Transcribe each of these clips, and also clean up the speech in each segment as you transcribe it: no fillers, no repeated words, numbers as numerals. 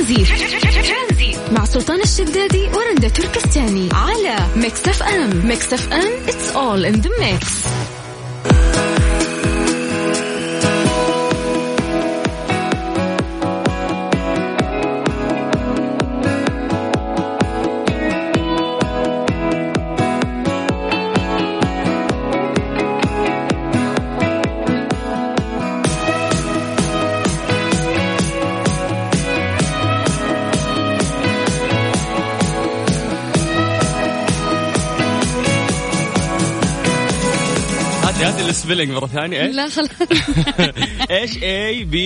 ترانزيت مع سلطان الشدادي ورندا تركستاني على ميكس اف ام. ميكس اف ام it's all in the mix. هذه السبيلنج مرة ثانية إيش؟ لا خلاص. إيش A B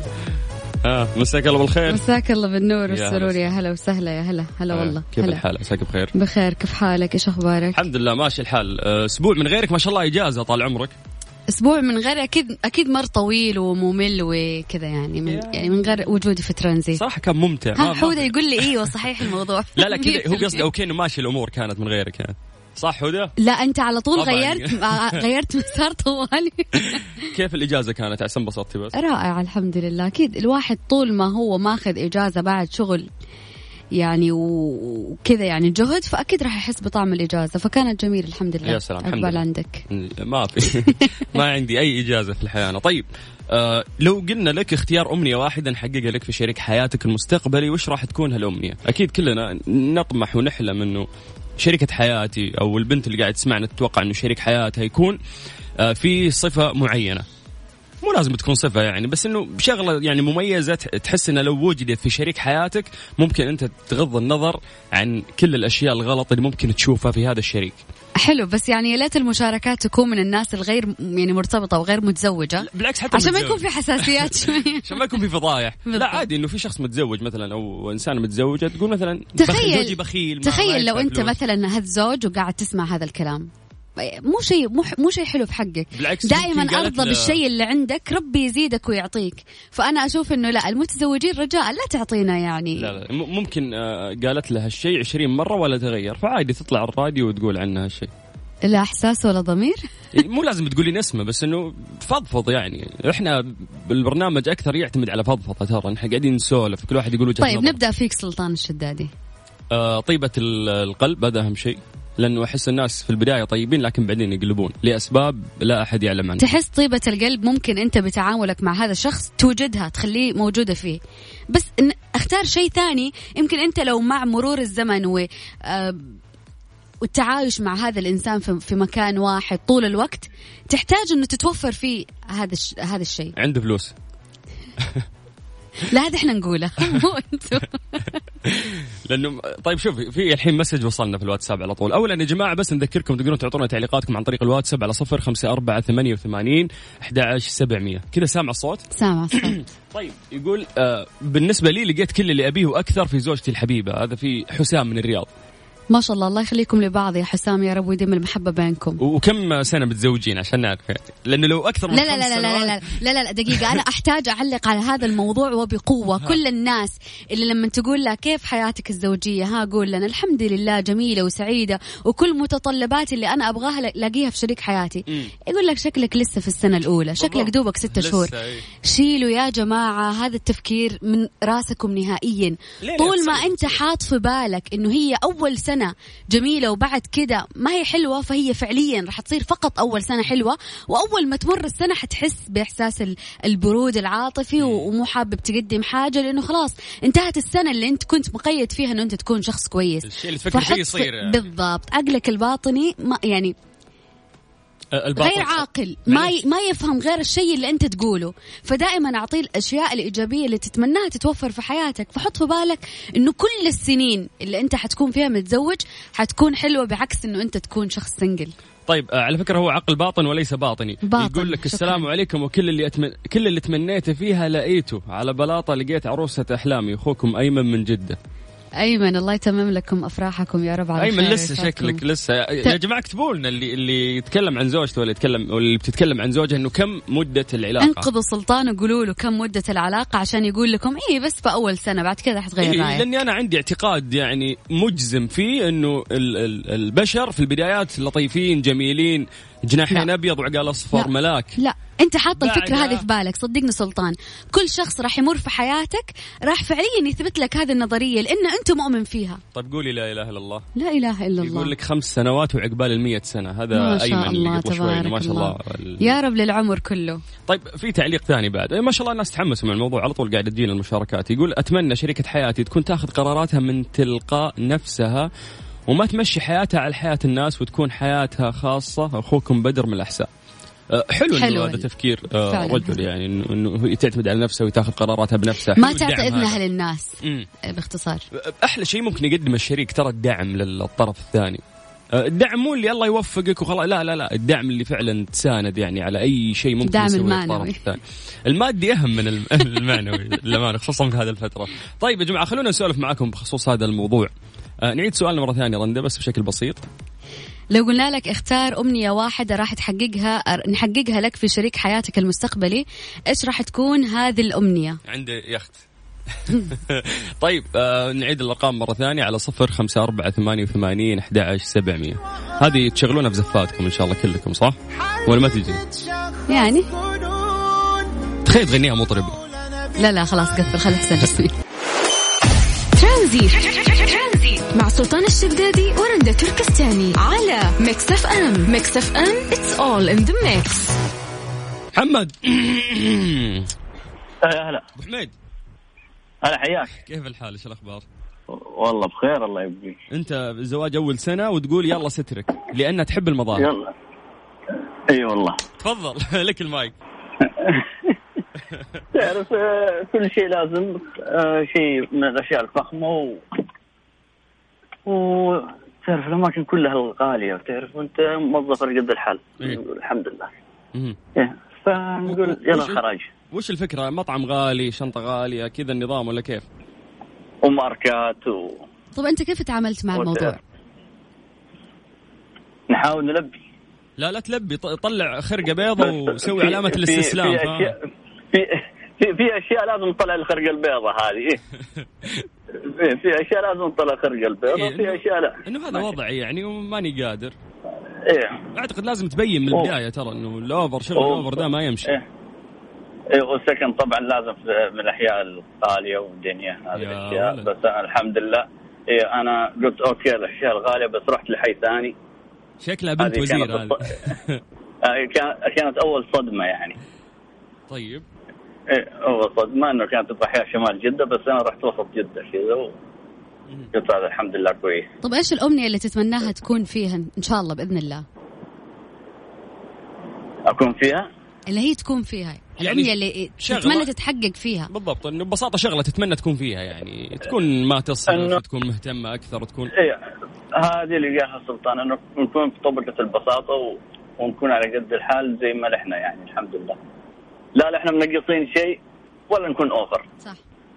مساك الله بالخير. مساك الله بالنور والسرور. يا هلا وسهلا. يا هلا هلا والله. كيف الحال؟ مساك بخير. بخير. كيف حالك؟ إيش أخبارك؟ الحمد لله ماشي الحال. أسبوع من غيرك ما شاء الله إجازة طال عمرك. أسبوع من غير أكيد مر طويل وممل وكذا يعني من غير وجودي في ترانزيت. صراحة كان ممتع. حودة يقول لي إيوه صحيح الموضوع. لا كذا هو قصدي أوكي إنه ماشي الأمور كانت من غيرك يعني. صح هدى؟ لا أنت على طول غيرت مسار طوالي. كيف الإجازة كانت؟ عشان انبسطتي بس؟ رائع الحمد لله. أكيد الواحد طول ما هو ماخذ إجازة بعد شغل يعني وكذا يعني جهد، فأكيد راح يحس بطعم الإجازة، فكانت جميل الحمد لله. يا سلام. الحمد لله. عندك؟ ما في ما عندي أي إجازة في الحياة أنا. طيب لو قلنا لك اختيار أمنية واحدة نحققها لك في شريك حياتك المستقبلي، وش راح تكون هالأمنية؟ أكيد كلنا نطمح ونحلم إنه شريكة حياتي أو البنت اللي قاعد تسمعنا تتوقع إنه شريك حياتها يكون في صفة معينة. مو لازم تكون صفة يعني، بس إنه بشغلة يعني مميزة تحس إنه لو وجدت في شريك حياتك ممكن أنت تغض النظر عن كل الأشياء الغلط اللي ممكن تشوفها في هذا الشريك. حلو، بس يعني ليت المشاركات تكون من الناس الغير يعني مرتبطة وغير متزوجة. بالعكس حتى عشان ما يكون في حساسيات شوية. عشان ما يكون في فضايح. لا عادي إنه في شخص متزوج مثلا أو إنسانة متزوجة تقول مثلا زوجي بخيل. تخيل لو أنت مثلا هالزوج وقاعد تسمع هذا الكلام، مو شيء حلو في حقك. دائما أرضى بالشيء اللي عندك، ربي يزيدك ويعطيك. فأنا أشوف إنه لا، المتزوجين رجاء لا تعطينا يعني. لا ممكن قالت لها الشيء 20 مرة ولا تغير، فعادي تطلع الراديو وتقول عنها الشيء. لا إحساس ولا ضمير. مو لازم تقولين اسمه، بس إنه فضفض يعني. إحنا بالبرنامج أكثر يعتمد على فضفضة، ترى إحنا قاعدين نسولف كل واحد يقول وجهة طيب نظر. نبدأ فيك سلطان الشدادي. طيبة القلب هذا أهم شيء، لأنه أحس الناس في البداية طيبين لكن بعدين يقلبون لأسباب لا أحد يعلم عنها. تحس طيبة القلب ممكن أنت بتعاملك مع هذا الشخص توجدها، تخليه موجودة فيه، بس اختار شيء ثاني. يمكن أنت لو مع مرور الزمن والتعايش مع هذا الإنسان في مكان واحد طول الوقت، تحتاج أنه تتوفر فيه هذا الشيء. عنده فلوس. لا هذا احنا نقوله مو انتم. لانه طيب شوف، في الحين مسج وصلنا في الواتساب على طول. اولا يا جماعه بس نذكركم تقدرون تعطونا تعليقاتكم عن طريق الواتساب على 0548811700. كذا سامع الصوت؟ سامع الصوت. طيب يقول بالنسبه لي لقيت كل اللي ابيه واكثر في زوجتي الحبيبه. هذا في حسام من الرياض. ما شاء الله، الله يخليكم لبعض يا حسام، يا رب ويديم المحبة بينكم. وكم سنة متزوجين عشان نعرف؟ لأنه لو أكثر من لا لا لا لا لا لا لا دقيقة، أنا أحتاج أعلق على هذا الموضوع وبقوة. كل الناس اللي لما تقول لها كيف حياتك الزوجية، قول لنا الحمد لله جميلة وسعيدة وكل متطلبات اللي أنا أبغاها لاقيها في شريك حياتي. يقول لك شكلك لسه في السنة الأولى، شكلك دوبك 6 شهور. شيلوا يا جماعة هذا التفكير من راسكم نهائيا. طول ما أنت حاط في بالك إنه هي أول سنة جميلة وبعد كده ما هي حلوة، فهي فعليا راح تصير فقط أول سنة حلوة، وأول ما تمر السنة حتحس بإحساس البرود العاطفي ومو حابب تقدم حاجة، لأنه خلاص انتهت السنة اللي أنت كنت مقيد فيها أنه أنت تكون شخص كويس. الشيء اللي تفكر فيه يصير يعني. بالضبط. عقلك الباطني ما يعني غير عاقل، ما يفهم غير الشيء اللي أنت تقوله. فدائما أعطيه الأشياء الإيجابية اللي تتمناها تتوفر في حياتك. فحط في بالك إنه كل السنين اللي أنت حتكون فيها متزوج حتكون حلوة، بعكس إنه أنت تكون شخص سنجل. طيب على فكرة هو عقل باطن وليس باطني. يقول لك السلام عليكم، وكل اللي تمنيته فيها لقيته، على بلاطة لقيت عروسة أحلامي. أخوكم أيمن من جدة. أيمن الله يتمم لكم أفراحكم يا رب. على أيمن لسه شكلك لسه يا جماعة اكتبوا لنا اللي يتكلم عن زوجته ولا اللي بتتكلم عن زوجها إنه كم مدة العلاقة. انقذوا سلطان وقولوا له كم مدة العلاقة عشان يقول لكم إيه بس في أول سنة، بعد كذا حتغير رأيك. لأني أنا عندي اعتقاد يعني مجزم فيه إنه البشر في البدايات لطيفين جميلين جناحين أبيض وعقال أصفر ملاك. لا أنت حاط الفكرة هذه في بالك. صدقني سلطان، كل شخص راح يمر في حياتك راح فعليا يثبت لك هذه النظرية لأن أنت مؤمن فيها. طيب قولي لا إله إلا الله. لا إله إلا الله. يقول لك 5 سنوات وعقبال 100 سنة. هذا أيمن اللي قبل شوي. ما شاء الله يا رب للعمر كله. طيب في تعليق ثاني بعد، ما شاء الله الناس تحمسوا من الموضوع على طول، قاعد تجينا المشاركات. يقول أتمنى شريكة حياتي تكون تاخذ قراراتها من تلقاء نفسها وما تمشي حياتها على حياة الناس وتكون حياتها خاصة. أخوكم بدر من الأحساء. حلو إنه هذا تفكير رجل، يعني إنه تعتمد على نفسه وتاخذ قراراتها بنفسها، ما تعطي إذنها للناس. باختصار أحلى شيء ممكن يقدم الشريك ترى الدعم للطرف الثاني. الدعم مو اللي الله يوفقك وخلاص، لا الدعم اللي فعلا تساند يعني على أي شيء ممكن يسويه الطرف الثاني. المادي أهم من المعنوي للأمانة، خصوصا في هذه الفترة. طيب يا جماعة خلونا نسولف معكم بخصوص هذا الموضوع. نعيد سؤالنا مرة ثانية رندا بس بشكل بسيط. لو قلنا لك اختار أمنية واحدة راح نحققها لك في شريك حياتك المستقبلي، إيش راح تكون هذه الأمنية؟ عندي يخت. طيب نعيد الأرقام مرة ثانية على 0548811700. هذه تشغلونها في زفاتكم إن شاء الله كلكم، صح؟ ولا ما تجي؟ يعني تخيل تغنيها مطربة. لا خلاص قفل، خلي حسن جسمي. ترانزيت مع سلطان الشدادي ورندا تركستاني على ميكس اف ام. ميكس اف ام it's all in the mix. محمد. يا هلا أبو حميد. هلا حياك، كيف الحال؟ ايش الاخبار؟ والله بخير الله يبقيك. انت زواج اول سنه وتقول يلا سترك لانها تحب المظاهر. يلا اي والله. تفضل. لك المايك. تعرف كل شيء لازم شيء من الاشياء الفخمه وتعرف الاماكن كلها الغاليه، وتعرف انت موظف قد الحال. نقول الحمد لله. فنقول يلا خراج. وش الفكره؟ مطعم غالي، شنطه غاليه، كذا النظام ولا كيف؟ وماركات طب انت كيف تعاملت مع الموضوع؟ نحاول نلبي. لا تلبي، طلع خرقه بيضة وسوي علامه الاستسلام. في اشياء لازم نطلع الخرقه البيضة هذه. في اشياء لازم نطلع الخرقه البيضة، وفي اشياء لا. انه هذا وضعي يعني وماني قادر. ايه اعتقد لازم تبين من البدايه ترى انه الاوفر شغل الاوفر ده ما يمشي. ايه والسكن طبعا لازم من الاحياء الغاليه والدنيا هذه الاشياء. بس انا الحمد لله انا قلت اوكي الاشياء الغاليه، بس رحت لحي ثاني. شكلها بنت وزير هذه. كانت اول صدمه يعني. طيب اول صدمه انه كانت تضحية شمال جده، بس انا رحت وسط جده كذا قلت هذا الحمد لله كويس. طب ايش الامنيه اللي تتمناها تكون فيها ان شاء الله باذن الله؟ اكون فيها اللي هي تكون فيها الأمنية اللي تتمنى تتحقق فيها. بالضبط، إنه ببساطة شغلة تتمنى تكون فيها، يعني تكون ما تصرف، تكون مهتمة أكثر، تكون هذه اللي قالها سلطان، إنه نكون في طبقة البساطة ونكون على قد الحال زي ما نحن يعني الحمد لله. لا إحنا منقصين شيء ولا نكون أوفر. صح.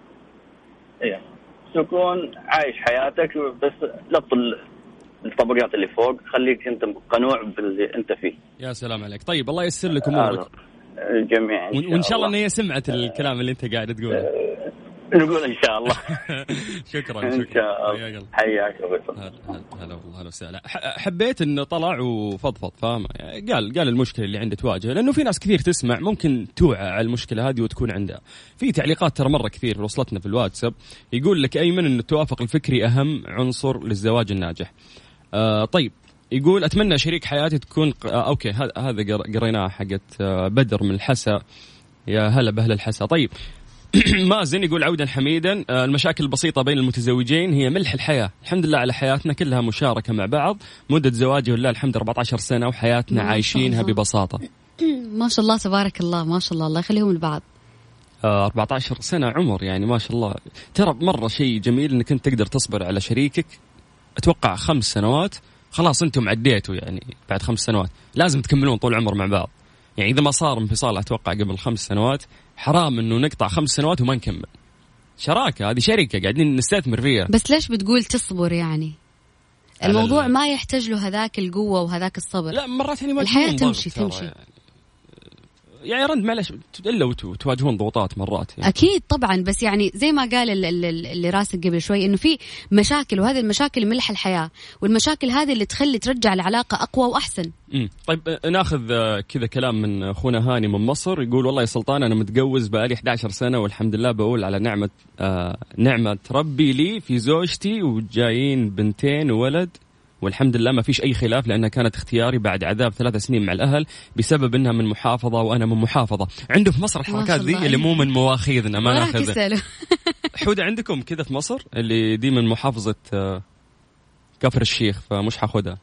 تكون عايش حياتك، بس لا تطل الطبقات اللي فوق، خليك أنت قنوع باللي أنت فيه. يا سلام عليك. طيب الله ييسر لك أمورك جميعا وإن شاء الله إن هي سمعت الكلام اللي أنت قاعد تقوله. نقول إن شاء الله. شكرا حياك. هلا والله هلا وسهلا. حبيت إنه طلع وفضفض، فاهم؟ قال المشكلة اللي عنده تواجه، لأنه في ناس كثير تسمع ممكن توعى على المشكلة هذه وتكون عندها. في تعليقات ترى مرة كثير وصلتنا في الواتساب يقول لك أيمن إنه التوافق الفكري أهم عنصر للزواج الناجح. طيب يقول أتمنى شريك حياتي تكون أوكي، هذا قريناه حقت بدر من الحسا. يا هلا بأهل الحسا. طيب مازن يقول عودا حميدا، المشاكل البسيطة بين المتزوجين هي ملح الحياة، الحمد لله على حياتنا كلها مشاركة مع بعض، مدة زواجي ولله الحمد 14 سنة وحياتنا عايشينها ببساطة. ما شاء الله تبارك الله، ما شاء الله، الله يخليهم لبعض. 14 سنة عمر يعني ما شاء الله. ترى مرة شيء جميل انك انت تقدر تصبر على شريكك. اتوقع 5 سنوات خلاص انتم عديتوا، يعني بعد 5 سنوات لازم تكملون طول العمر مع بعض. يعني إذا ما صار انفصال أتوقع قبل 5 سنوات، حرام إنه نقطع 5 سنوات وما نكمل. شراكة، هذه شركة قاعدين نستثمر فيها. بس ليش بتقول تصبر يعني؟ الموضوع ما يحتاج له هذاك القوة وهذاك الصبر. لا مرات يعني ما الحياة تمشي. يعني يعني رند معلش إلا وتواجهون ضغوطات مرات يعني. أكيد طبعا، بس يعني زي ما قال اللي راسك قبل شوي إنه في مشاكل، وهذه المشاكل ملح الحياة، والمشاكل هذه اللي تخلي ترجع العلاقة أقوى وأحسن. طيب ناخذ كذا كلام من أخونا هاني من مصر، يقول والله يا سلطان أنا متجوز بقالي 11 سنة والحمد لله بقول على نعمة ربي لي في زوجتي، وجايين بنتين وولد والحمد لله ما فيش أي خلاف، لأنها كانت اختياري بعد عذاب 3 سنين مع الأهل بسبب أنها من محافظة وأنا من محافظة. عنده في مصر الحركات ذي اللي مو من مواخيذنا ما ناخذ. حودة عندكم كذا في مصر اللي دي من محافظة كفر الشيخ فمش حاخدها؟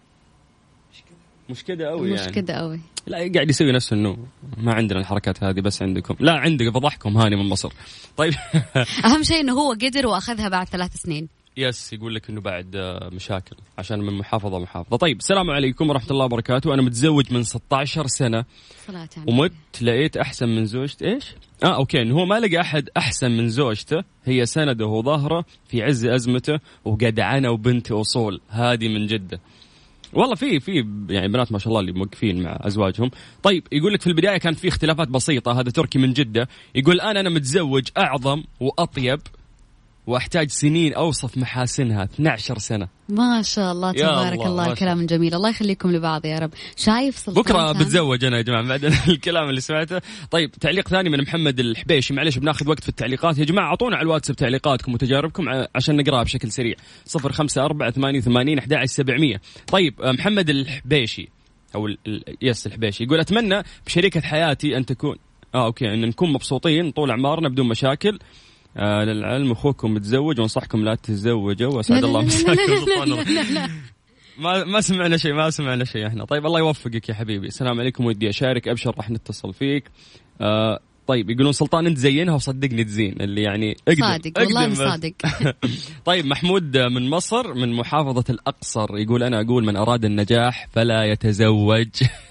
مش كده قوي يعني. مش كده قوي. لا قاعد يسوي نفسه انه ما عندنا الحركات هذه بس عندكم. لا عندك فضحكم هاني من مصر. طيب اهم شيء انه هو قدر واخذها بعد 3 سنين. يس يقول لك انه بعد مشاكل عشان من محافظة. طيب السلام عليكم ورحمة الله وبركاته. انا متزوج من 16 سنة ومت لقيت احسن من زوجته. ايش اوكي انه هو ما لقى احد احسن من زوجته، هي سنده وظهره في عز ازمته وجدعنه وبنت اصول. هذه من جدة والله. في يعني بنات ما شاء الله اللي موقفين مع ازواجهم. طيب يقول لك في البدايه كانت في اختلافات بسيطه. هذا تركي من جده يقول انا متزوج اعظم واطيب واحتاج سنين اوصف محاسنها. 12 سنه ما شاء الله تبارك الله. كلام جميل، الله يخليكم لبعض يا رب. شايف سلطان بكره بتزوج انا يا جماعه بعد الكلام اللي سمعته. طيب تعليق ثاني من محمد الحبيشي، معلش بناخذ وقت في التعليقات يا جماعه، اعطونا على الواتساب تعليقاتكم وتجاربكم عشان نقراها بشكل سريع. 0548811700. طيب محمد الحبيشي او يس الحبيشي يقول اتمنى بشريكه حياتي ان تكون اوكي ان نكون مبسوطين طول اعمارنا بدون مشاكل. للعلم اخوكم متزوج وانصحكم لا تتزوجوا واسعد الله مساكم. ما سمعنا شيء احنا. طيب الله يوفقك يا حبيبي. السلام عليكم ودي اشارك، ابشر راح نتصل فيك. طيب يقولون سلطان انت زينها وصدقني تزين، اللي يعني صادق والله صادق. طيب محمود من مصر من محافظة الأقصر يقول أنا أقول من أراد النجاح فلا يتزوج.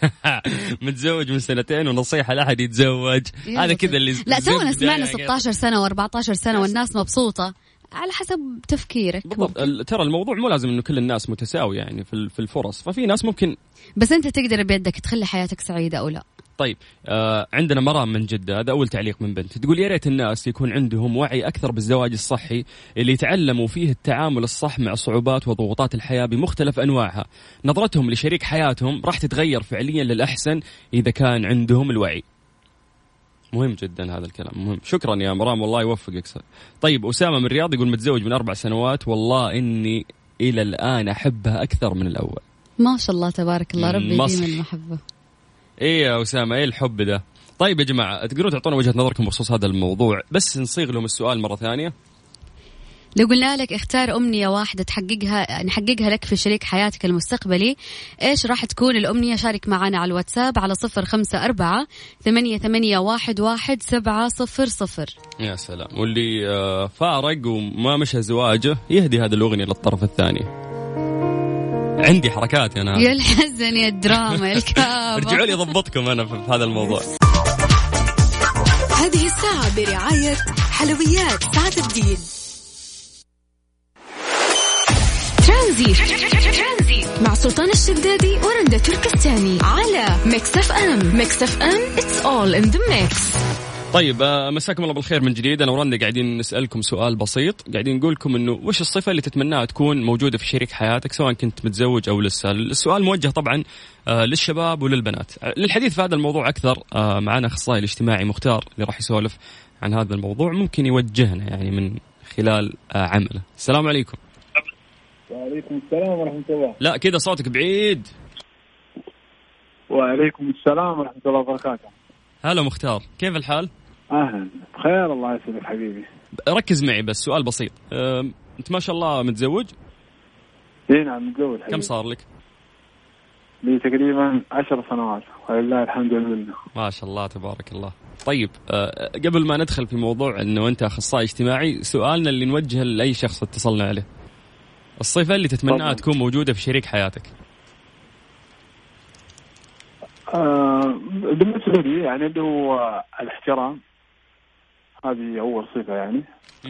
متزوج من 2 ونصيحة لا أحد يتزوج. هذا كذا اللي لا تونا سمعنا 16 سنة و14 سنة والناس مبسوطة على حسب تفكيرك. ترى الموضوع مو لازم إنه كل الناس متساوية يعني في الفرص، ففي ناس ممكن بس أنت تقدر بيدك تخلي حياتك سعيدة أو لا. طيب عندنا مرام من جدة، هذا أول تعليق من بنت تقول يا ريت الناس يكون عندهم وعي أكثر بالزواج الصحي اللي يتعلموا فيه التعامل الصح مع صعوبات وضغوطات الحياة بمختلف أنواعها. نظرتهم لشريك حياتهم راح تتغير فعليا للأحسن إذا كان عندهم الوعي. مهم جدا هذا الكلام مهم. شكرا يا مرام والله يوفقك. طيب أسامة من الرياض يقول متزوج من 4 سنوات والله إني إلى الآن أحبها أكثر من الأول. ما شاء الله تبارك الله ربي يديم المحبة. ايه يا أسامة ايه الحب ده. طيب يا جماعة تقدروا تعطونا وجهة نظركم بخصوص هذا الموضوع بس نصيغ لهم السؤال مرة ثانية. لو قلنا لك اختار أمنية واحدة نحققها لك في شريك حياتك المستقبلي، إيش راح تكون الأمنية؟ شارك معنا على الواتساب على 0548811700. يا سلام. واللي فارق وما مشى زواجه يهدي هذا الأغنية للطرف الثاني. عندي حركات أنا يا الحزن يا الدراما يا الكابة. رجعوا لي ضبطكم أنا في هذا الموضوع. هذه الساعة برعاية حلويات سعد الدين. ترانزيت مع سلطان الشدادي ورندا تركستاني على ميكس اف ام. ميكس اف ام it's all in the mix. طيب مساكم الله بالخير من جديد. أنا ورندا قاعدين نسألكم سؤال بسيط، قاعدين نقول لكم إنه وش الصفة اللي تتمناها تكون موجودة في شريك حياتك سواء كنت متزوج أو لسه. السؤال موجه طبعا للشباب وللبنات. للحديث في هذا الموضوع أكثر معنا أخصائي الاجتماعي مختار اللي راح يسولف عن هذا الموضوع، ممكن يوجهنا يعني من خلال عمله. السلام عليكم. وعليكم السلام ورحمة الله. لا كده صوتك بعيد. وعليكم السلام ورحمة الله وبركاته. هلا مختار، كيف الحال؟ أهلا بخير الله يسعدك حبيبي. ركز معي بس سؤال بسيط. أنت ما شاء الله متزوج؟ إيه نعم متزوج حبيبي. كم صار لك؟ لي تقريبا 10 سنوات ولله الحمد لله. ما شاء الله تبارك الله. طيب قبل ما ندخل في موضوع أنه أنت أخصائي اجتماعي، سؤالنا اللي نوجهه لأي شخص اتصلنا عليه، الصفة اللي تتمناها تكون موجودة في شريك حياتك. بالنسبة لي يعني اللي هو الاحترام، هذه أول صفة يعني.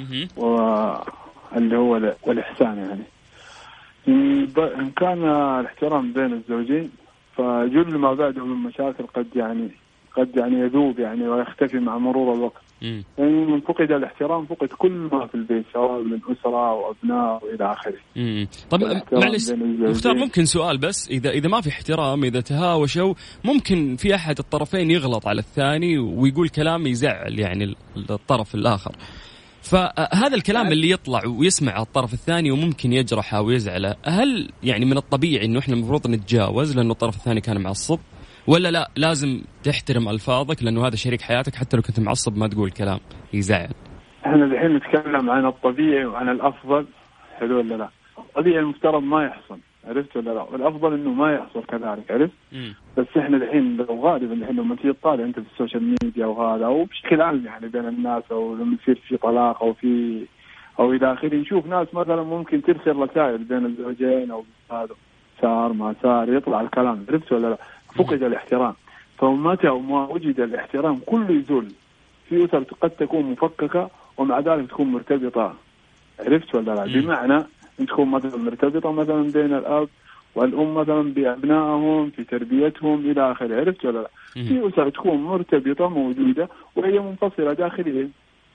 واللي هو الإحسان يعني. إن كان الاحترام بين الزوجين فجل ما بعده من مشاكل قد يعني قد يعني يذوب يعني ويختفي مع مرور الوقت. يعني من فقد الاحترام فقد كل ما في البيت، سواء من أسرة أو أبناء وإلى آخره. طب معلش مختار، ممكن سؤال بس، إذا ما في احترام، إذا تهاوشوا، ممكن في أحد الطرفين يغلط على الثاني ويقول كلام يزعل يعني الطرف الآخر، فهذا الكلام اللي يطلع ويسمع الطرف الثاني وممكن يجرحه ويزعله، هل يعني من الطبيعي إنه إحنا المفروض نتجاوز لأنه الطرف الثاني كان معصب، ولا لا لازم تحترم ألفاظك لأنه هذا شريك حياتك حتى لو كنت معصب ما تقول كلام يزعل؟ احنا الحين نتكلم عن الطبيعي وعن الأفضل، حلو ولا لا؟ الطبيعي المفترض ما يحصل، عرفت ولا لا؟ والأفضل إنه ما يحصل كذلك، عرفت؟ بس احنا الحين لو غالبا الحين لما تيجي تطالع أنت في السوشيال ميديا وهذا أو بشكل عام يعني بين الناس، أو لما يصير في طلاق أو إلى آخره، نشوف ناس مثلا ممكن ترسل رسائل بين الزوجين أو هذا صار ما صار، يطلع الكلام، عرفت ولا لا؟ فقد الاحترام. فمتى وما وجد الاحترام كله يزول. في أسر قد تكون مفككة ومع ذلك تكون مرتبطة، عرفت ولا لا؟ بمعنى أن تكون مثلا مرتبطة مثلا بين الأب والأم مثلا بأبنائهم في تربيتهم إلى آخره، عرفت ولا لا؟ في أسر تكون مرتبطة موجودة وهي منفصلة داخليا.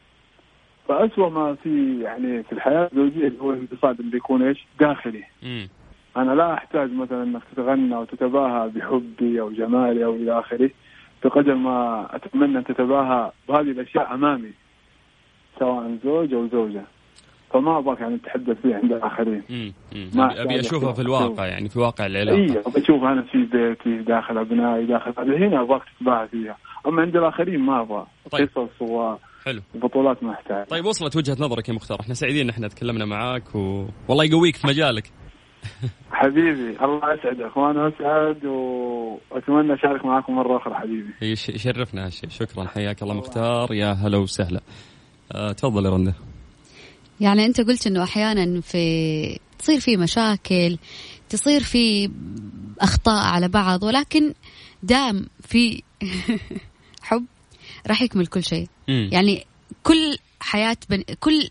فأسوأ ما في يعني في الحياة الزوجية هو الانفصال اللي يكون إيش داخلي. أنا لا أحتاج مثلا أنك تتغنى وتتباهى بحبي أو جمالي أو إلى آخره بقدر ما أتمنى أن تتباهى بهذه الأشياء أمامي، سواء زوج أو زوجة. فما أبغاك يعني تتحدث فيه عند الآخرين. أبي أشوفها في الواقع، يعني في واقع العلاقة. إيه، بشوفها أنا في بيتي داخل أبنائي داخل هنا أبغاك تتباهى فيها، أما عند الآخرين ما أبغى. طيب. قصص حلو. بطولات ما أحتاج. طيب وصلت وجهة نظرك يا مختار، احنا سعيدين ان احنا تكلمنا معاك والله يقويك في مجالك. حبيبي الله يسعدك وانا اسعد واتمنى اشارك معاكم مره اخرى حبيبي. يشرفنا هالشيء. شكرا، حياك الله مختار، يا هلا وسهلا. تفضل يا رندا. يعني انت قلت انه احيانا تصير في مشاكل، تصير في اخطاء على بعض، ولكن دام في حب راح يكمل كل شيء. يعني كل حياة كل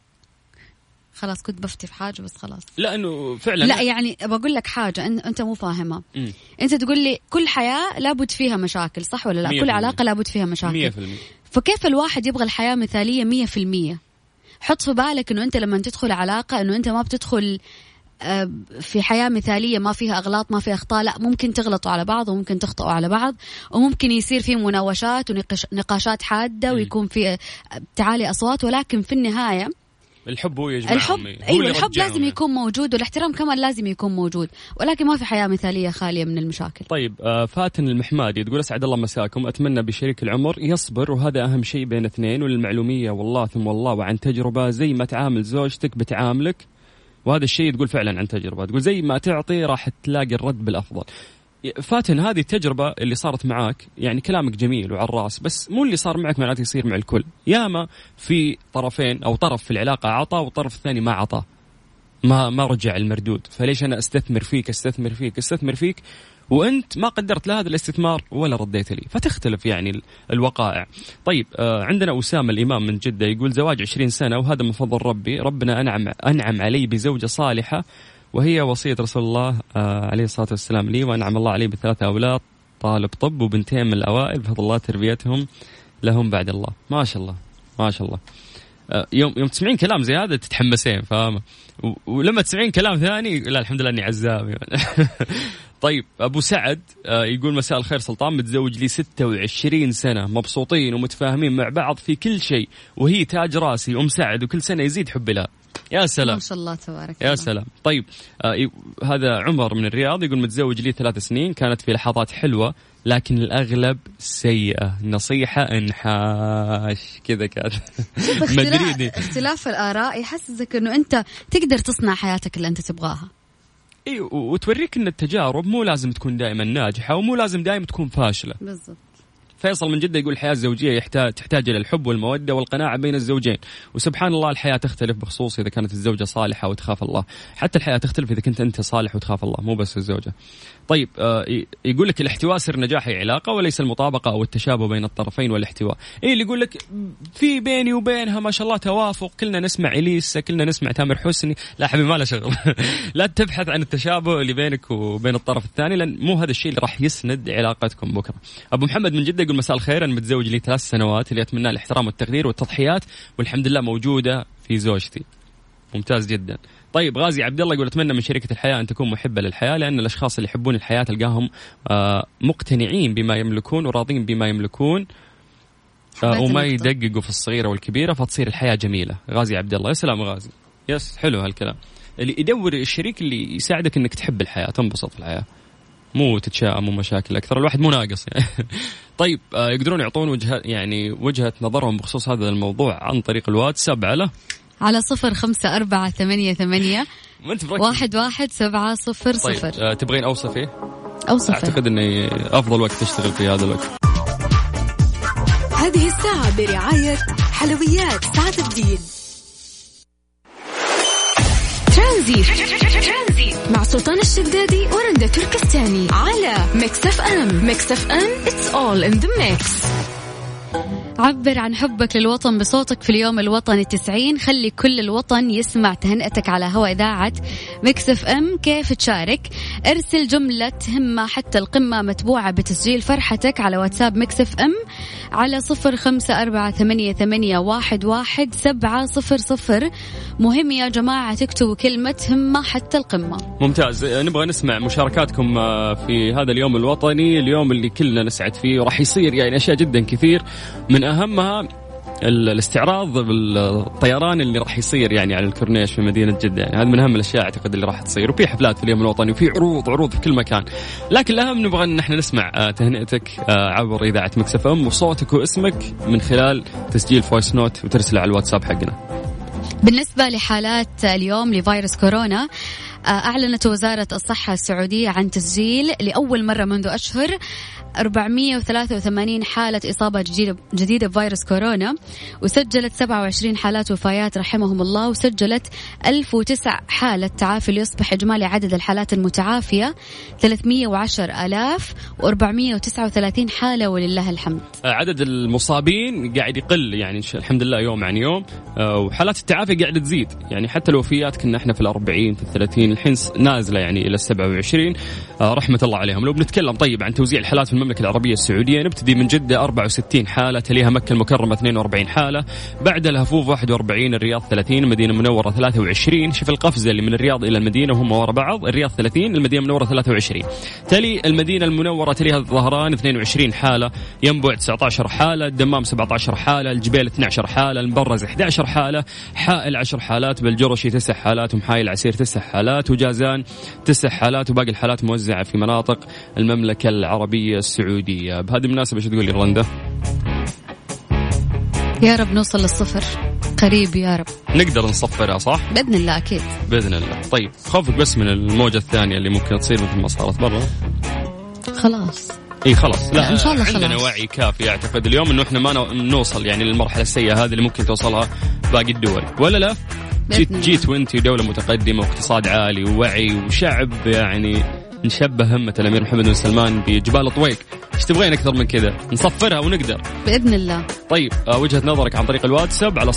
خلاص كنت بفتي في حاجة بس خلاص. لا انه فعلا لا يعني بقول لك حاجة انت مو فاهمها. انت تقول لي كل حياة لابد فيها مشاكل، صح ولا لا؟ كل علاقة لابد فيها مشاكل 100%. فكيف الواحد يبغى الحياة مثالية 100%؟ حط في بالك انه انت لما تدخل علاقة انه انت ما بتدخل في حياة مثالية ما فيها أغلاط ما فيها أخطاء. لا، ممكن تغلطوا على بعض وممكن تخطئوا على بعض، وممكن يصير في مناوشات ونقاشات حادة ويكون في تعالي أصوات، ولكن في النهاية الحب هو يجمعهم. الحب لازم يكون موجود، والاحترام كمان لازم يكون موجود، ولكن ما في حياة مثالية خالية من المشاكل. طيب فاتن المحمادي تقول أسعد الله مساكم، أتمنى بشريك العمر يصبر، وهذا أهم شيء بين اثنين، وللمعلومية والله ثم والله وعن تجربة زي ما تعامل زوجتك بتعاملك، وهذا الشيء تقول فعلا عن تجربة، تقول زي ما تعطي راح تلاقي الرد بالأفضل. فاتن هذه التجربة اللي صارت معاك يعني كلامك جميل وعلى الراس، بس مو اللي صار معك معناته يصير مع الكل. ياما في طرفين أو طرف في العلاقة عطى والطرف الثاني ما عطى، ما رجع المردود. فليش أنا استثمر فيك وأنت ما قدرت لهذا الاستثمار ولا رديت لي؟ فتختلف يعني الوقائع. طيب عندنا أسامة الإمام من جدة يقول زواج 20 سنة وهذا من فضل ربي، ربنا أنعم علي بزوجة صالحة وهي وصية رسول الله عليه الصلاة والسلام لي، وأنعم الله علي ب3 أولاد، طالب طب وبنتين من الأوائل بفضل الله تربيتهم لهم بعد الله. ما شاء الله ما شاء الله. يوم تسمعين كلام زي هذا تتحمسين، فاهمة؟ ولما تسمعين كلام ثاني لا الحمد لله أني عزام يعني. طيب أبو سعد يقول مساء الخير سلطان، متزوج لي 26 سنة، مبسوطين ومتفاهمين مع بعض في كل شيء، وهي تاج راسي أم سعد، وكل سنة يزيد حبي لها. يا سلام ما شاء الله تبارك يا الله. سلام. طيب هذا عمر من الرياض يقول متزوج لي 3 سنين، كانت في لحظات حلوة لكن الأغلب سيئة، نصيحة انحاش كذا كذا. مدريدي. اختلاف الآراء يحسسك إنه أنت تقدر تصنع حياتك اللي أنت تبغاها. إيه، وتوريك إن التجارب مو لازم تكون دائما ناجحة ومو لازم دائما تكون فاشلة. بالضبط. فيصل من جدة يقول الحياة الزوجية تحتاج إلى الحب والمودة والقناعة بين الزوجين، وسبحان الله الحياة تختلف بخصوص إذا كانت الزوجة صالحة وتخاف الله، حتى الحياة تختلف إذا كنت أنت صالح وتخاف الله، مو بس الزوجة. طيب يقول لك الاحتواء سر نجاح علاقة وليس المطابقة أو التشابه بين الطرفين والاحتواء. إيه اللي يقول لك في بيني وبينها ما شاء الله توافق، كلنا نسمع إليسا، كلنا نسمع تامر حسني. لا حبيبي ما له شغل. لا تبحث عن التشابه اللي بينك وبين الطرف الثاني، لأن مو هذا الشيء اللي راح يسند علاقتكم بكرة. أبو محمد من جدة يقول مساء الخير، أنا متزوج لي 3 سنوات، اللي أتمنى الاحترام والتقدير والتضحيات، والحمد لله موجودة في زوجتي. ممتاز جدا. طيب غازي عبد الله يقول أتمنى من شريكة الحياة أن تكون محبة للحياة، لأن الأشخاص اللي يحبون الحياة تلقاهم مقتنعين بما يملكون وراضين بما يملكون، وما يدققوا في الصغيرة والكبيرة، فتصير الحياة جميلة. غازي عبد الله، يا سلام غازي، يس حلو هالكلام. اللي يدور الشريك اللي يساعدك انك تحب الحياة، تنبسط في الحياة، مو تتشائم ومشاكل اكثر. الواحد مو ناقص يعني. طيب يقدرون يعطون وجهة نظرهم بخصوص هذا الموضوع عن طريق الواتساب على 0548811700. طيب تبغين اوصف ايه؟ اوصف. اعتقد اني افضل وقت تشتغل في هذا الوقت. هذه الساعة برعاية حلويات سعد الدين. ترانزيت مع سلطان الشدادي ورندا تركستاني على ميكس اف ام. ميكس اف ام it's all in the mix. عبر عن حبك للوطن بصوتك في اليوم الوطني 90. خلي كل الوطن يسمع تهنئتك على هواء إذاعة ميكس اف ام. كيف تشارك؟ ارسل جملة همة حتى القمة متبوعة بتسجيل فرحتك على واتساب ميكس اف ام على 0548811700. مهم يا جماعة تكتبوا كلمة همة حتى القمة. ممتاز. نبغى نسمع مشاركاتكم في هذا اليوم الوطني، اليوم اللي كلنا نسعد فيه، وراح يصير يعني أشياء جدا كثير، من أهمها الاستعراض بالطيران اللي راح يصير يعني على الكورنيش في مدينة جدة. يعني هذا من أهم الأشياء أعتقد اللي راح تصير، وفي حفلات في اليوم الوطني وفي عروض في كل مكان. لكن الأهم نبغى أن احنا نسمع تهنئتك عبر إذاعة ميكس اف ام وصوتك واسمك من خلال تسجيل فويس نوت وترسله على الواتساب حقنا. بالنسبة لحالات اليوم لفيروس كورونا، أعلنت وزارة الصحة السعودية عن تسجيل لأول مرة منذ أشهر 483 حالة إصابة جديدة بفيروس كورونا، وسجلت 27 حالات وفيات رحمهم الله، وسجلت 1009 حالة تعافي، ليصبح إجمالي عدد الحالات المتعافية 310,439 حالة ولله الحمد. عدد المصابين قاعد يقل يعني الحمد لله يوم عن يوم، وحالات التعافي قاعدة تزيد. يعني حتى الوفيات كنا احنا في 40 في 30، الحين نازلة يعني إلى 27 رحمة الله عليهم. لو بنتكلم طيب عن توزيع الحالات في المملكة العربية السعودية، نبتدي من جدة 64 حالة، تليها مكة المكرمة 42 حالة، بعد الهفوف 41، الرياض 30، المدينة المنورة 23. شوف القفزة اللي من الرياض إلى المدينة وهم ورا بعض، الرياض 30، المدينة المنورة 23. تلي المدينة المنورة تليها الظهران 22 حالة، ينبع 19 حالة، الدمام 17 حالة، الجبيل 12 حالة، المبرز 11 حالة، حائل 10 حالات، بالجرشي 9 حالات، ومحايل عسير 9 حالات، وجازان 9 حالات، وباقي الحالات موزعة في مناطق المملكة العربية السعودية. بهذه المناسبة ايش تقول رندا؟ يا رب نوصل للصفر قريب يا رب. نقدر نصفرها صح؟ بإذن الله أكيد بإذن الله. طيب خوفك بس من الموجة الثانية اللي ممكن تصير مثل ما صارت برا؟ خلاص اي خلاص، لا إن شاء الله عندنا خلاص. وعي كافي اعتقد اليوم انه احنا ما نوصل يعني للمرحلة السيئة هذه اللي ممكن توصلها باقي الدول، ولا لا؟ جي 20 دولة متقدمة واقتصاد عالي ووعي وشعب يعني نشبه همة الأمير محمد بن سلمان بجبال طويق. ايش تبغين أكثر من كذا؟ نصفرها ونقدر بإذن الله. طيب وجهة نظرك عن طريق الواتساب على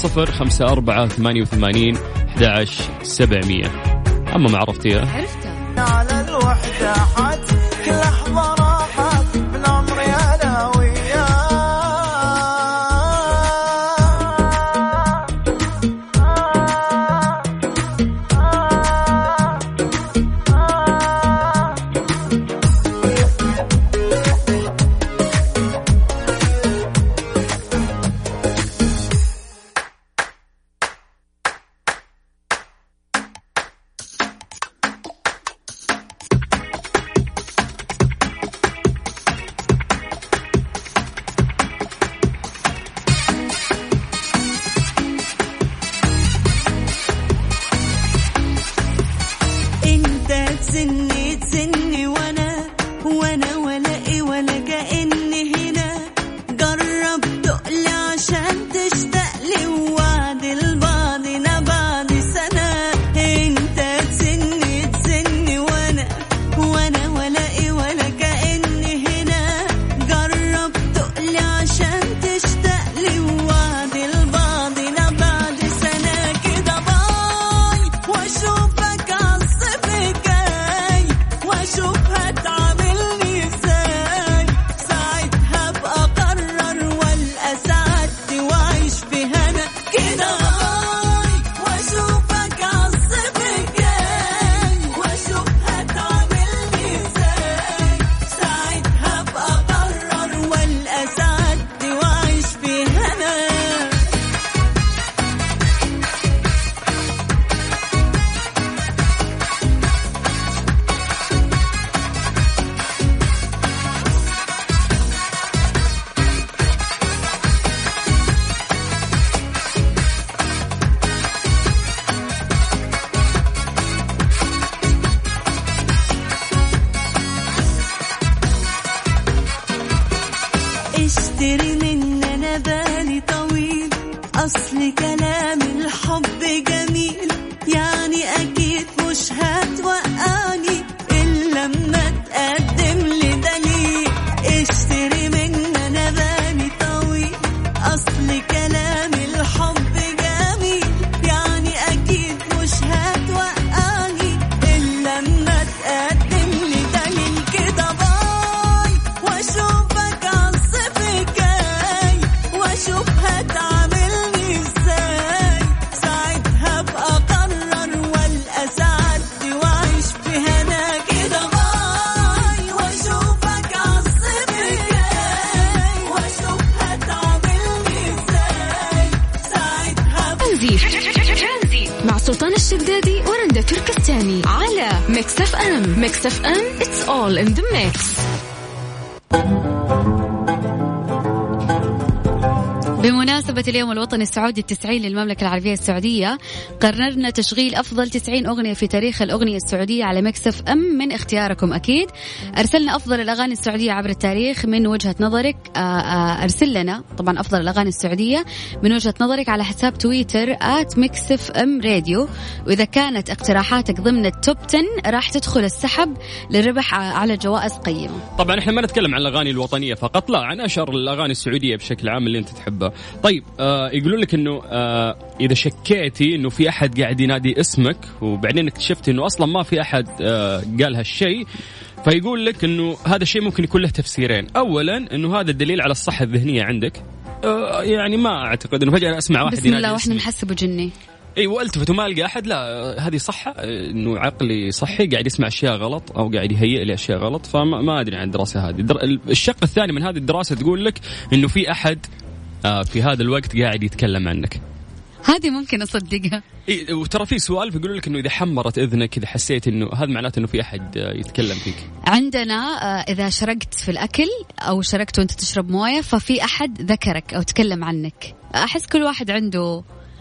0548811700. أما ما عرفتيها عرفتها على الوحدة حد كل لحظة راحت من عمري أنا وياك. كلام الحب جميل يعني أكيد مش هتوقعني إلا لما تقدم لي دليل. اشتري مني أنا بالي طويل أصل كلام الحب جميل يعني أكيد مش هتوقعني إلا لما تقدم لي دليل. كده باي وأشوفك عالصيف الجاي وأشوف هتعاملني إزاي. ساعتها أبقى أقرر والقى سعادتي وأعيش في هنا. كده باي وأشوفك عالصيف الجاي وأشوف هتعاملني إزاي. ساعتها ترانزيت مع سلطان الشدادي ورندا تركستاني على ميكس اف ام. ميكس اف ام it's all in the mix. بمناسبة اليوم الوطني السعودي 90 للمملكة العربية السعودية، قررنا تشغيل أفضل 90 أغنية في تاريخ الأغنية السعودية على ميكس اف ام من اختياركم. أكيد أرسلنا أفضل الأغاني السعودية عبر التاريخ من وجهة نظرك. أرسل لنا طبعا أفضل الأغاني السعودية من وجهة نظرك على حساب تويتر @mixfmradio. وإذا كانت اقتراحاتك ضمن التوب 10 راح تدخل السحب للربح على جوائز قيمة. طبعا احنا ما نتكلم عن الأغاني الوطنية فقط، لا، عن أشهر الأغاني السعودية بشكل عام اللي أنت تحبها. طيب يقولون لك انه اذا شكيتي انه في احد قاعد ينادي اسمك وبعدين اكتشفتي انه اصلا ما في احد قال هالشيء، فيقول لك انه هذا الشيء ممكن يكون له تفسيرين. اولا انه هذا الدليل على الصحة الذهنية عندك، يعني ما اعتقد انه فجأة اسمع واحد بسم ينادي الله واحنا اسمي نحسبه جني. اي والتفت وما القى احد، لا هذه صحة انه عقلي صحي قاعد يسمع اشياء غلط او قاعد يهيئ لي اشياء غلط. فما ادري عن الدراسة هذه. الشق الثاني من هذه الدراسة تقول لك انه في احد في هذا الوقت قاعد يتكلم عنك. هذه ممكن أصدقها. إيه، وترى في سؤال بيقولوا لك إنه إذا حمرت إذنك إذا حسيت إنه هذا معناته إنه في أحد يتكلم فيك. عندنا إذا شرقت في الأكل أو شرقت وأنت تشرب موية ففي أحد ذكرك أو تكلم عنك. أحس كل واحد عنده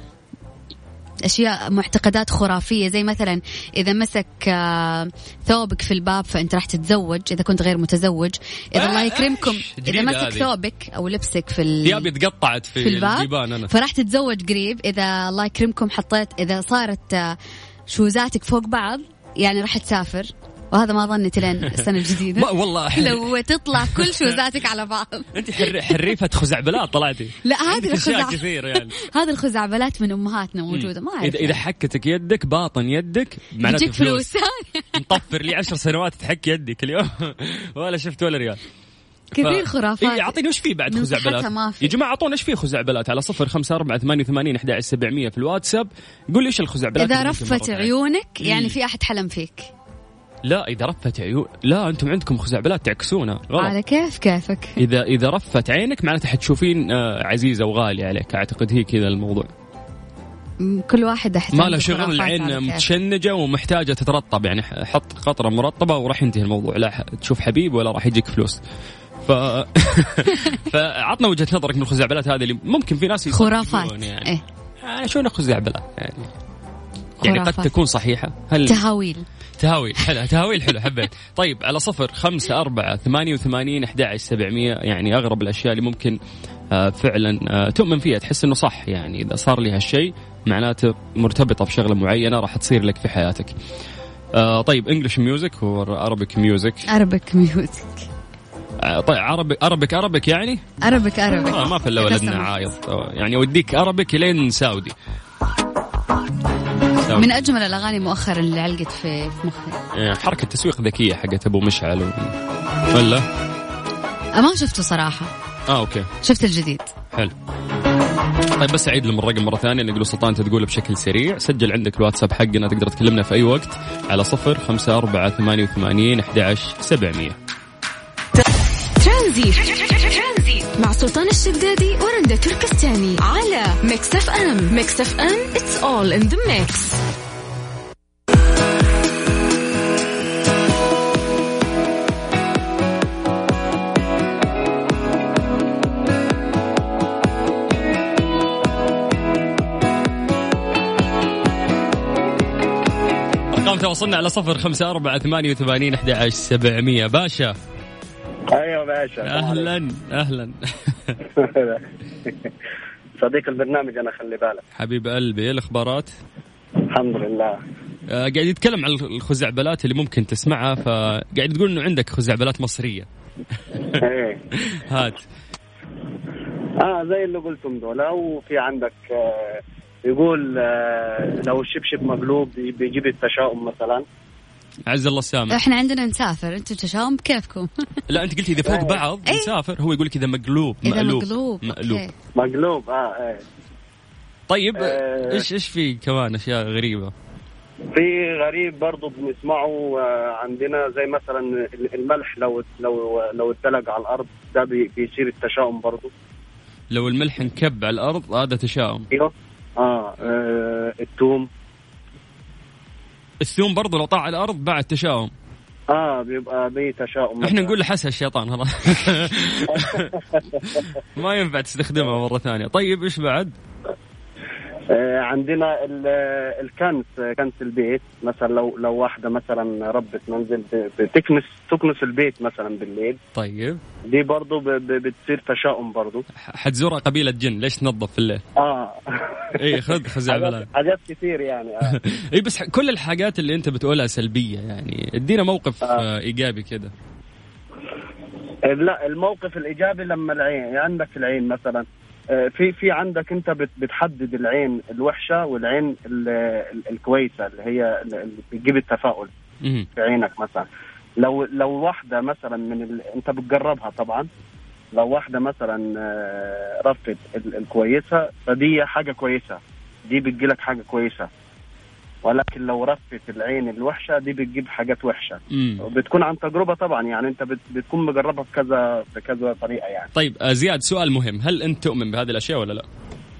أشياء معتقدات خرافية، زي مثلا إذا مسك ثوبك في الباب فأنت راح تتزوج إذا كنت غير متزوج. إذا الله يكرمكم إذا مسك ثوبك أو لبسك في ثيابي اتقطعت في الباب أنا فراح تتزوج قريب. إذا الله يكرمكم حطيت إذا صارت شوزاتك فوق بعض يعني راح تسافر، وهذا ما ظنيت لين السنة الجديدة. والله لو تطلع كل شوزاتك على بعض. أنت حريفة خزعبلات طلعتي. لا هذه كثير يعني. هذه الخزعبلات من أمهاتنا موجودة. ما أعرف إذا حكتك يدك باطن يدك معناته فلوس. نطفر لي 10 سنوات تحك يدك اليوم ولا شفت ولا ريال. كثير خرافات. إيه أعطيني وش فيه بعد خزعبلات يا جماعة؟ أعطونا وش فيه خزعبلات على 0548811700 في الواتساب. قول لي إيش الخزعبلات. إذا رفت عيونك يعني في أحد حلم فيك. لا إذا رفت عيون، لا أنتم عندكم خزعبلات تعكسونها غلط. على كيفك. إذا رفت عينك معناته حتشوفين عزيزة وغالية عليك. أعتقد هي كذا الموضوع. كل واحد أحس ما له شغل، العين متشنجة ومحتاجة تترطب، يعني حط قطرة مرطبة وراح ينتهي الموضوع. لا تشوف حبيب ولا راح يجيك فلوس. فعطنا وجهة نظرك من الخزعبلات هذه اللي ممكن في ناس خرافات يعني. إيه؟ شو خزعبلات يعني قد تكون صحيحة. تهاويل حلو، تهاويل حلو حبيت. طيب على 0548811700 يعني أغرب الأشياء اللي ممكن فعلا تؤمن فيها تحس إنه صح، يعني إذا صار لي هالشيء معناته مرتبطة بشغلة معينة راح تصير لك في حياتك. طيب إنجليش ميوزك وعربيك ميوزك. عربيك ميوزك. طيب عربك يعني عربك ما في إلا ولدنا عايض يعني أوديك عربك لين سعودي. من أجمل الأغاني مؤخرا اللي علقت في مخي. حركة تسويق ذكية حقت أبو مشعل ولا ما شفته صراحة. أوكي شفت الجديد. حلو. طيب بس أعيد لهم الرقم مرة ثانية. نقول سلطان تقوله بشكل سريع. سجل عندك الواتساب حقنا، تقدر تكلمنا في أي وقت على 0548811700. ترانزيت مع سلطان الشدادي ورندا تركستاني على ميكس اف ام. ميكس اف ام it's all in the mix. أرقام تواصلنا على 0548811700. باشا. ايوه باشا. اهلا صديق البرنامج أنا، خلي بالك. حبيب قلبي، إيه الأخبارات؟ الحمد لله. قاعد يتكلم عن الخزعبلات اللي ممكن تسمعها، فقاعد تقول إنه عندك خزعبلات مصرية. إيه. هات. زي اللي قلتم دول. وفي عندك يقول لو الشبشب مقلوب بيجيب التشاؤم مثلا. عز الله السامع. احنا عندنا نسافر، انتم تشاؤم بكيفكم. لا انت قلت اذا فوق بعض نسافر، هو يقول كذا مقلوب. مقلوب. طيب ايش في كمان اشياء غريبة؟ في غريب برضو بنسمعه عندنا، زي مثلا الملح لو اتدلق على الارض ده بيصير التشاؤم برضو. لو الملح انكب على الارض هذا تشاؤم. ايوه. الثوم برضو لو طاع على الارض بعد تشاؤم. بيبقى تشاؤم. احنا نقول لحسها الشيطان هذا. ما ينفع تستخدمها مرة ثانية. طيب ايش بعد؟ عندنا كنس البيت مثلا. لو واحدة مثلا ربة منزل تكنس البيت مثلا بالليل. طيب دي برضو بتصير تشاؤم برضو. حتزورها قبيلة جن، ليش تنظف في الليل؟ ايه خذ خزعبلات. حاجات كثير يعني. ايه بس كل الحاجات اللي انت بتقولها سلبية يعني، ادينا موقف ايجابي كده. لا، الموقف الايجابي لما العين عندك العين مثلا، في عندك انت بتحدد العين الوحشه والعين الكويسه اللي هي اللي بتجيب التفاؤل في عينك مثلا. لو واحده مثلا انت بتجربها طبعا. لو واحده مثلا رفت الكويسه فدي حاجه كويسه، دي بتجيلك حاجه كويسه. ولكن لو رفت العين الوحشه دي بتجيب حاجات وحشه. بتكون عن تجربه طبعا يعني، انت بتكون مجربها بكذا طريقه يعني. طيب زياد، سؤال مهم، هل انت تؤمن بهذه الاشياء ولا لا؟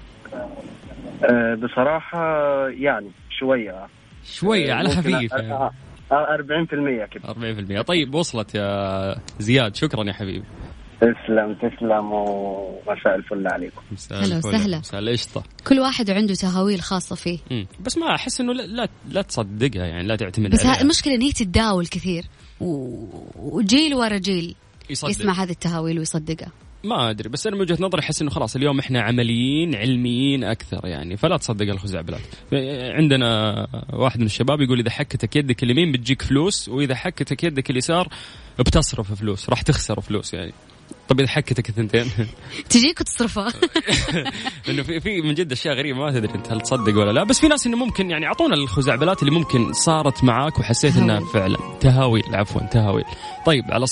بصراحه يعني شويه على خفيف يعني. 40% كده. 40%. طيب وصلت يا زياد، شكرا يا حبيبي. تسلم ومساء الفل عليكم. هلا وسهلا. مساء القشطة. كل واحد عنده تهاويل خاصة فيه. بس ما أحس إنه لا تصدقها يعني، لا تعتمد بس عليها. المشكلة إن هي تتداول كثير وجيل ورا جيل يسمع هذه التهاويل ويصدقها. ما أدري، بس أنا من وجهة نظري أحس إنه خلاص اليوم إحنا عمليين علميين أكثر يعني، فلا تصدق الخزعبلات. عندنا واحد من الشباب يقول إذا حكتك يدك اليمين بتجيك فلوس، وإذا حكتك يدك اليسار بتصرف فلوس، راح تخسر فلوس يعني. طب إذا حكتك الثنتين تجيك وتصرفها. إنه في من جد أشياء غريبة ما تدري أنت هل تصدق ولا لا. بس في ناس إنه ممكن يعني أعطونا الخزعبلات اللي ممكن صارت معاك وحسيت إنها فعلا تهاويل. طيب على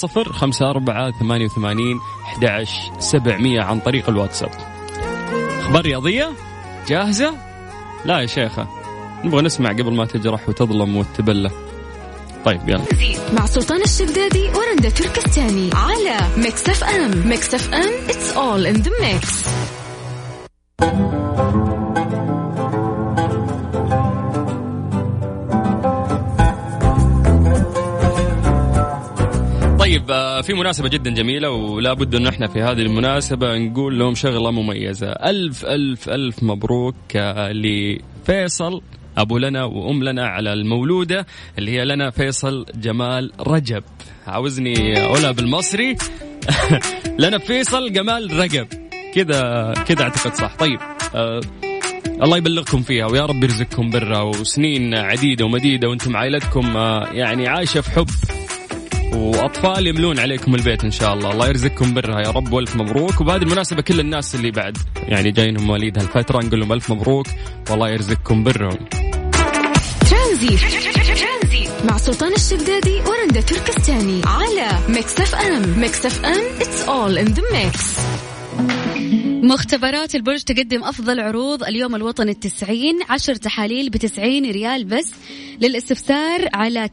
0548811700 عن طريق الواتساب. أخبار رياضية جاهزة؟ لا يا شيخة، نبغى نسمع قبل ما تجرح وتظلم وتبلى. طيب يلا مع سلطان الشدادي ورندا تركستاني على ميكس اف ام. ميكس اف ام it's all in the mix. طيب في مناسبة جدا جميلة ولا بد أن احنا في هذه المناسبة نقول لهم شغلة مميزة. ألف ألف ألف مبروك لفيصل أبو لنا وأم لنا على المولودة اللي هي لنا فيصل جمال رجب. عاوزني أقولها بالمصري. لنا فيصل جمال رجب، كذا أعتقد صح. طيب الله يبلغكم فيها ويا رب يرزقكم برا وسنين عديدة ومديدة وانتم عائلتكم يعني عايشة في حب وأطفال يملون عليكم البيت إن شاء الله. الله يرزقكم برها يا رب والف مبروك. وبهذه المناسبة كل الناس اللي بعد يعني جاينهم مواليد هالفترة نقول لهم ألف مبروك والله يرزقكم برهم. ترانزي مع سلطان الشدادي ورندا تركستاني على ميكس اف ام. ميكس اف ام it's all in the mix. مختبرات البرج تقدم أفضل عروض اليوم الوطني 90، 10 تحاليل ب90 ريال بس. للاستفسار على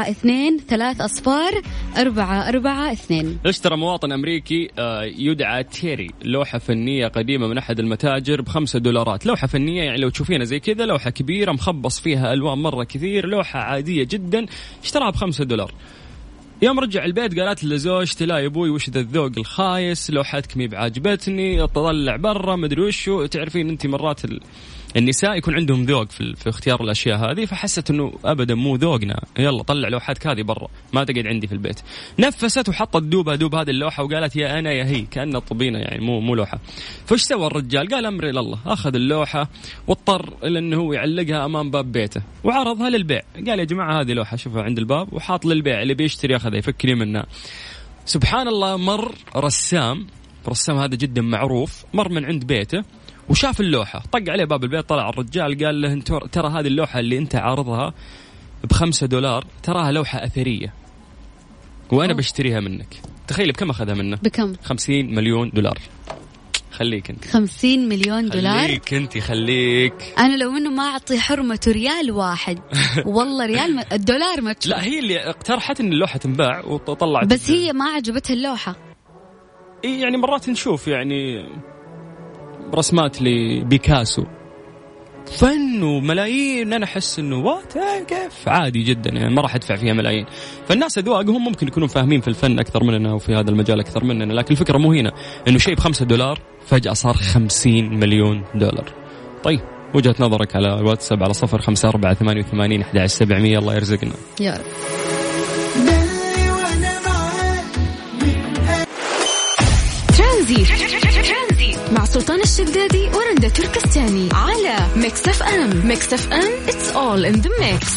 9234 اشترى مواطن أمريكي يدعى تيري لوحة فنية قديمة من أحد المتاجر $5. لوحة فنية يعني لو تشوفينها زي كذا، لوحة كبيرة مخبص فيها ألوان مرة كثير، لوحة عادية جدا، اشتراها $5. يوم رجع البيت قالت لزوجتي لا يا ابوي وش ذا الذوق الخايس، لوحتك مي بعجبتني، اطلع برا مدري وشو. تعرفين انت مرات النساء يكون عندهم ذوق في اختيار الأشياء هذه، فحست إنه أبدا مو ذوقنا، يلا طلع لوحاتك هذه برا، ما تقعد عندي في البيت. نفست وحطت دوب هذه اللوحة وقالت يا أنا يا هي، كأنها طبينة يعني مو لوحة. فايش سوى الرجال؟ قال أمري لله، أخذ اللوحة واضطر إلى إنه هو يعلقها أمام باب بيته وعرضها للبيع. قال يا جماعة هذه لوحة شوفها عند الباب، وحاط للبيع، اللي بيشتري ياخذها يفكني منها. سبحان الله، مر رسام هذا جدا معروف، مر من عند بيته وشاف اللوحة، طق عليه باب البيت، طلع الرجال قال له ترى هذه اللوحة اللي انت عارضها $5 تراها لوحة أثرية وأنا بشتريها منك. تخيل بكم أخذها منه؟ بكم؟ $50 مليون. خليك انت. $50 مليون. خليك انت، خليك. انا لو انه ما اعطي حرمته ريال واحد والله ريال الدولار ما تشوف. لا، هي اللي اقترحت ان اللوحة تنباع وطلعت، بس هي ما عجبتها اللوحة. ايه يعني مرات نشوف يعني رسمات لبيكاسو فن وملايين، أنا أحس إنه كيف عادي جدا يعني، ما راح أدفع فيها ملايين. فالناس أذواقهم ممكن يكونوا فاهمين في الفن أكثر مننا وفي هذا المجال أكثر مننا، لكن الفكرة مو هنا إنه شيء $5 فجأة صار $50 مليون. طيب وجهة نظرك على الواتساب على 0548811700. الله يرزقنا يا رب. ترانزيت مع سلطان الشدادي ورندا تركستاني على ميكس اف ام. ميكس اف ام it's all in the mix.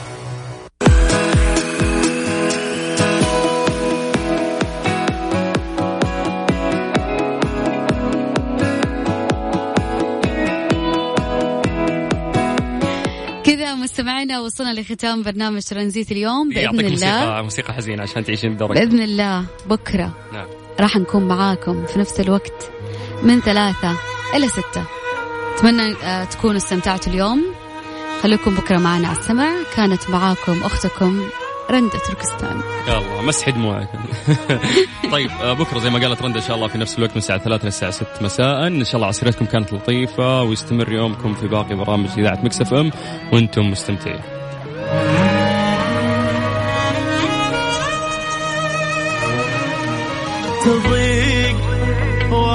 كذا مستمعينا وصلنا لختام برنامج ترانزيت اليوم بإذن الله. موسيقى حزينة عشان تعيشين بدورك بإذن الله. بكرة نعم راح نكون معاكم في نفس الوقت من 3 إلى 6. أتمنى تكونوا استمتعتوا اليوم. خليكم بكرة معنا على السمع. كانت معاكم أختكم رندا تركستاني. يلا مسح دموعك. طيب بكرة زي ما قالت رندا إن شاء الله في نفس الوقت من الساعة 3 للساعة 6 مساء. إن شاء الله عصريتكم كانت لطيفة ويستمر يومكم في باقي برامج إذاعة ميكس اف ام وأنتم مستمتعين.